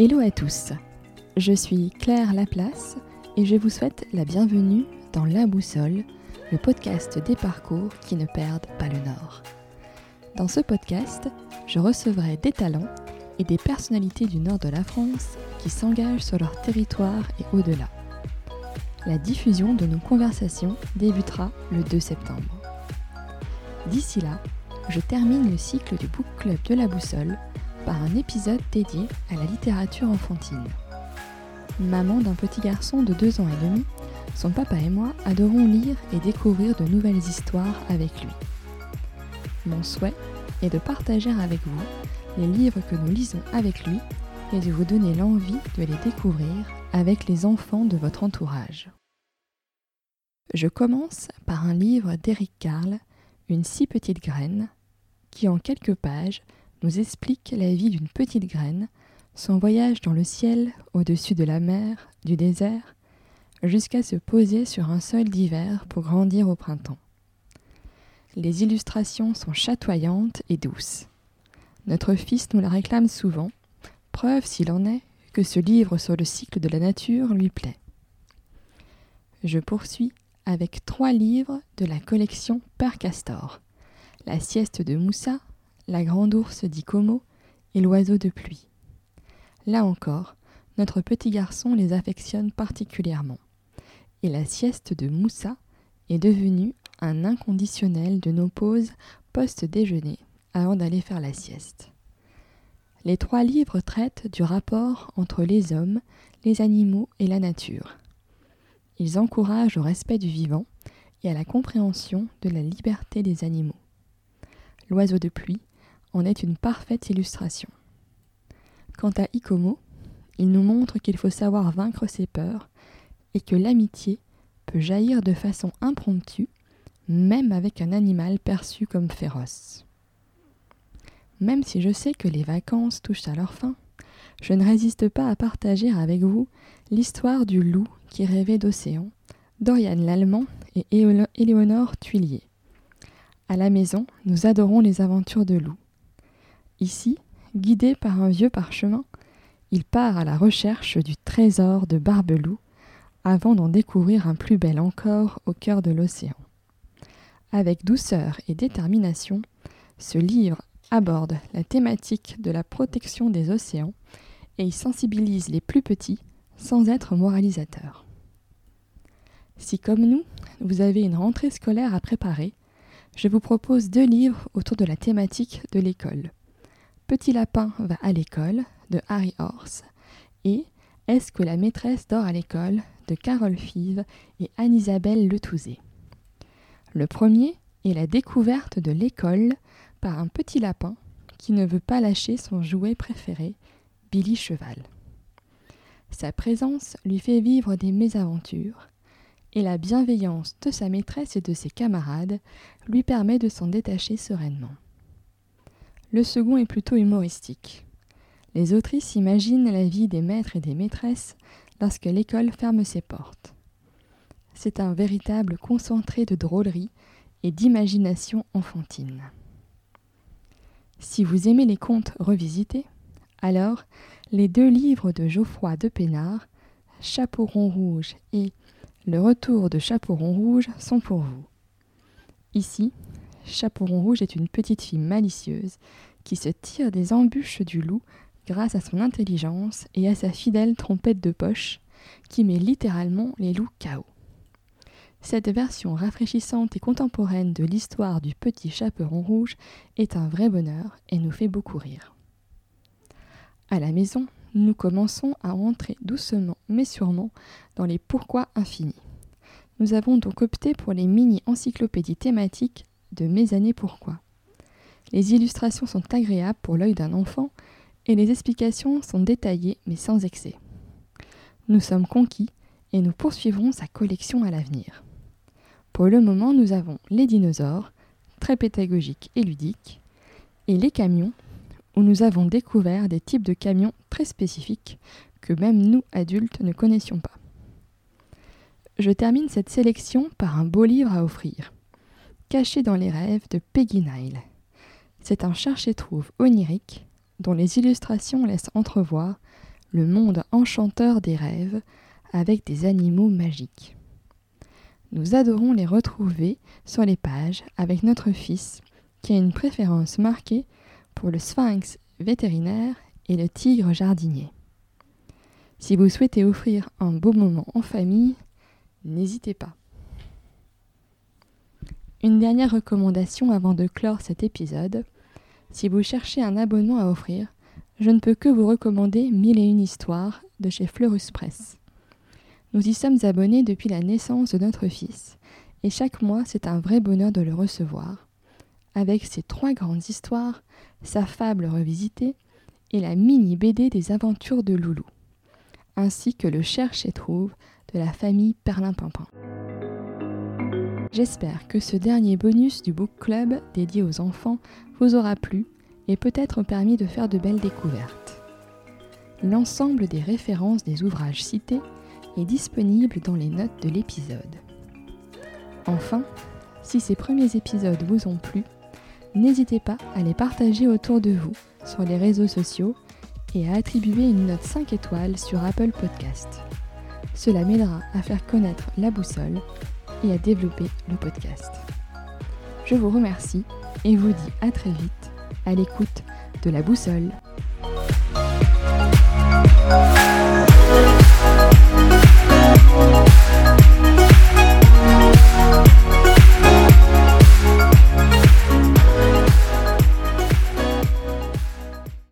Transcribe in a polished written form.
Hello à tous, je suis Claire Laplace et je vous souhaite la bienvenue dans La Boussole, le podcast des parcours qui ne perdent pas le nord. Dans ce podcast, je recevrai des talents et des personnalités du nord de la France qui s'engagent sur leur territoire et au-delà. La diffusion de nos conversations débutera le 2 septembre. D'ici là, je termine le cycle du Book Club de La Boussole par un épisode dédié à la littérature enfantine. Maman d'un petit garçon de 2 ans et demi, son papa et moi adorons lire et découvrir de nouvelles histoires avec lui. Mon souhait est de partager avec vous les livres que nous lisons avec lui et de vous donner l'envie de les découvrir avec les enfants de votre entourage. Je commence par un livre d'Éric Carle, Une si petite graine, qui en quelques pages nous explique la vie d'une petite graine, son voyage dans le ciel, au-dessus de la mer, du désert, jusqu'à se poser sur un sol d'hiver pour grandir au printemps. Les illustrations sont chatoyantes et douces. Notre fils nous la réclame souvent, preuve s'il en est que ce livre sur le cycle de la nature lui plaît. Je poursuis avec 3 livres de la collection Père Castor, La sieste de Moussa, La grande ours d'Ikomo et L'oiseau de pluie. Là encore, notre petit garçon les affectionne particulièrement. Et la sieste de Moussa est devenue un inconditionnel de nos pauses post-déjeuner avant d'aller faire la sieste. Les 3 livres traitent du rapport entre les hommes, les animaux et la nature. Ils encouragent au respect du vivant et à la compréhension de la liberté des animaux. L'oiseau de pluie en est une parfaite illustration. Quant à Ikomo, il nous montre qu'il faut savoir vaincre ses peurs et que l'amitié peut jaillir de façon impromptue, même avec un animal perçu comme féroce. Même si je sais que les vacances touchent à leur fin, je ne résiste pas à partager avec vous l'histoire du loup qui rêvait d'océan, d'Oriane Lallemand et Éléonore Tuillier. À la maison, nous adorons les aventures de loup. Ici, guidé par un vieux parchemin, il part à la recherche du trésor de Barbeloup avant d'en découvrir un plus bel encore au cœur de l'océan. Avec douceur et détermination, ce livre aborde la thématique de la protection des océans et y sensibilise les plus petits sans être moralisateur. Si comme nous, vous avez une rentrée scolaire à préparer, je vous propose 2 livres autour de la thématique de l'école. Petit lapin va à l'école de Harry Horse et Est-ce que la maîtresse dort à l'école de Carole Five et Anne-Isabelle Letouzé. Le premier est la découverte de l'école par un petit lapin qui ne veut pas lâcher son jouet préféré, Billy Cheval. Sa présence lui fait vivre des mésaventures et la bienveillance de sa maîtresse et de ses camarades lui permet de s'en détacher sereinement. Le second est plutôt humoristique. Les autrices imaginent la vie des maîtres et des maîtresses lorsque l'école ferme ses portes. C'est un véritable concentré de drôlerie et d'imagination enfantine. Si vous aimez les contes revisités, alors les 2 livres de Geoffroy de Pénard, Chaperon rouge et Le retour de Chaperon rouge sont pour vous. Ici, Chaperon rouge est une petite fille malicieuse qui se tire des embûches du loup grâce à son intelligence et à sa fidèle trompette de poche qui met littéralement les loups KO. Cette version rafraîchissante et contemporaine de l'histoire du petit Chaperon rouge est un vrai bonheur et nous fait beaucoup rire. À la maison, nous commençons à entrer doucement mais sûrement dans les pourquoi infinis. Nous avons donc opté pour les mini-encyclopédies thématiques de Mes années pourquoi. Les illustrations sont agréables pour l'œil d'un enfant et les explications sont détaillées mais sans excès. Nous sommes conquis et nous poursuivrons sa collection à l'avenir. Pour le moment, nous avons les dinosaures, très pédagogiques et ludiques, et les camions, où nous avons découvert des types de camions très spécifiques que même nous, adultes, ne connaissions pas. Je termine cette sélection par un beau livre à offrir, Caché dans les rêves de Peggy Nile. C'est un cherche-et-trouve onirique dont les illustrations laissent entrevoir le monde enchanteur des rêves avec des animaux magiques. Nous adorons les retrouver sur les pages avec notre fils qui a une préférence marquée pour le sphinx vétérinaire et le tigre jardinier. Si vous souhaitez offrir un beau moment en famille, n'hésitez pas. Une dernière recommandation avant de clore cet épisode. Si vous cherchez un abonnement à offrir, je ne peux que vous recommander 1001 histoires de chez Fleurus Press. Nous y sommes abonnés depuis la naissance de notre fils, et chaque mois c'est un vrai bonheur de le recevoir, avec ses 3 grandes histoires, sa fable revisitée et la mini BD des aventures de Loulou, ainsi que le cherche et trouve de la famille Perlimpinpin. J'espère que ce dernier bonus du Book Club dédié aux enfants vous aura plu et peut-être permis de faire de belles découvertes. L'ensemble des références des ouvrages cités est disponible dans les notes de l'épisode. Enfin, si ces premiers épisodes vous ont plu, n'hésitez pas à les partager autour de vous sur les réseaux sociaux et à attribuer une note 5 étoiles sur Apple Podcast. Cela m'aidera à faire connaître la boussole et à développer le podcast. Je vous remercie et vous dis à très vite à l'écoute de la boussole.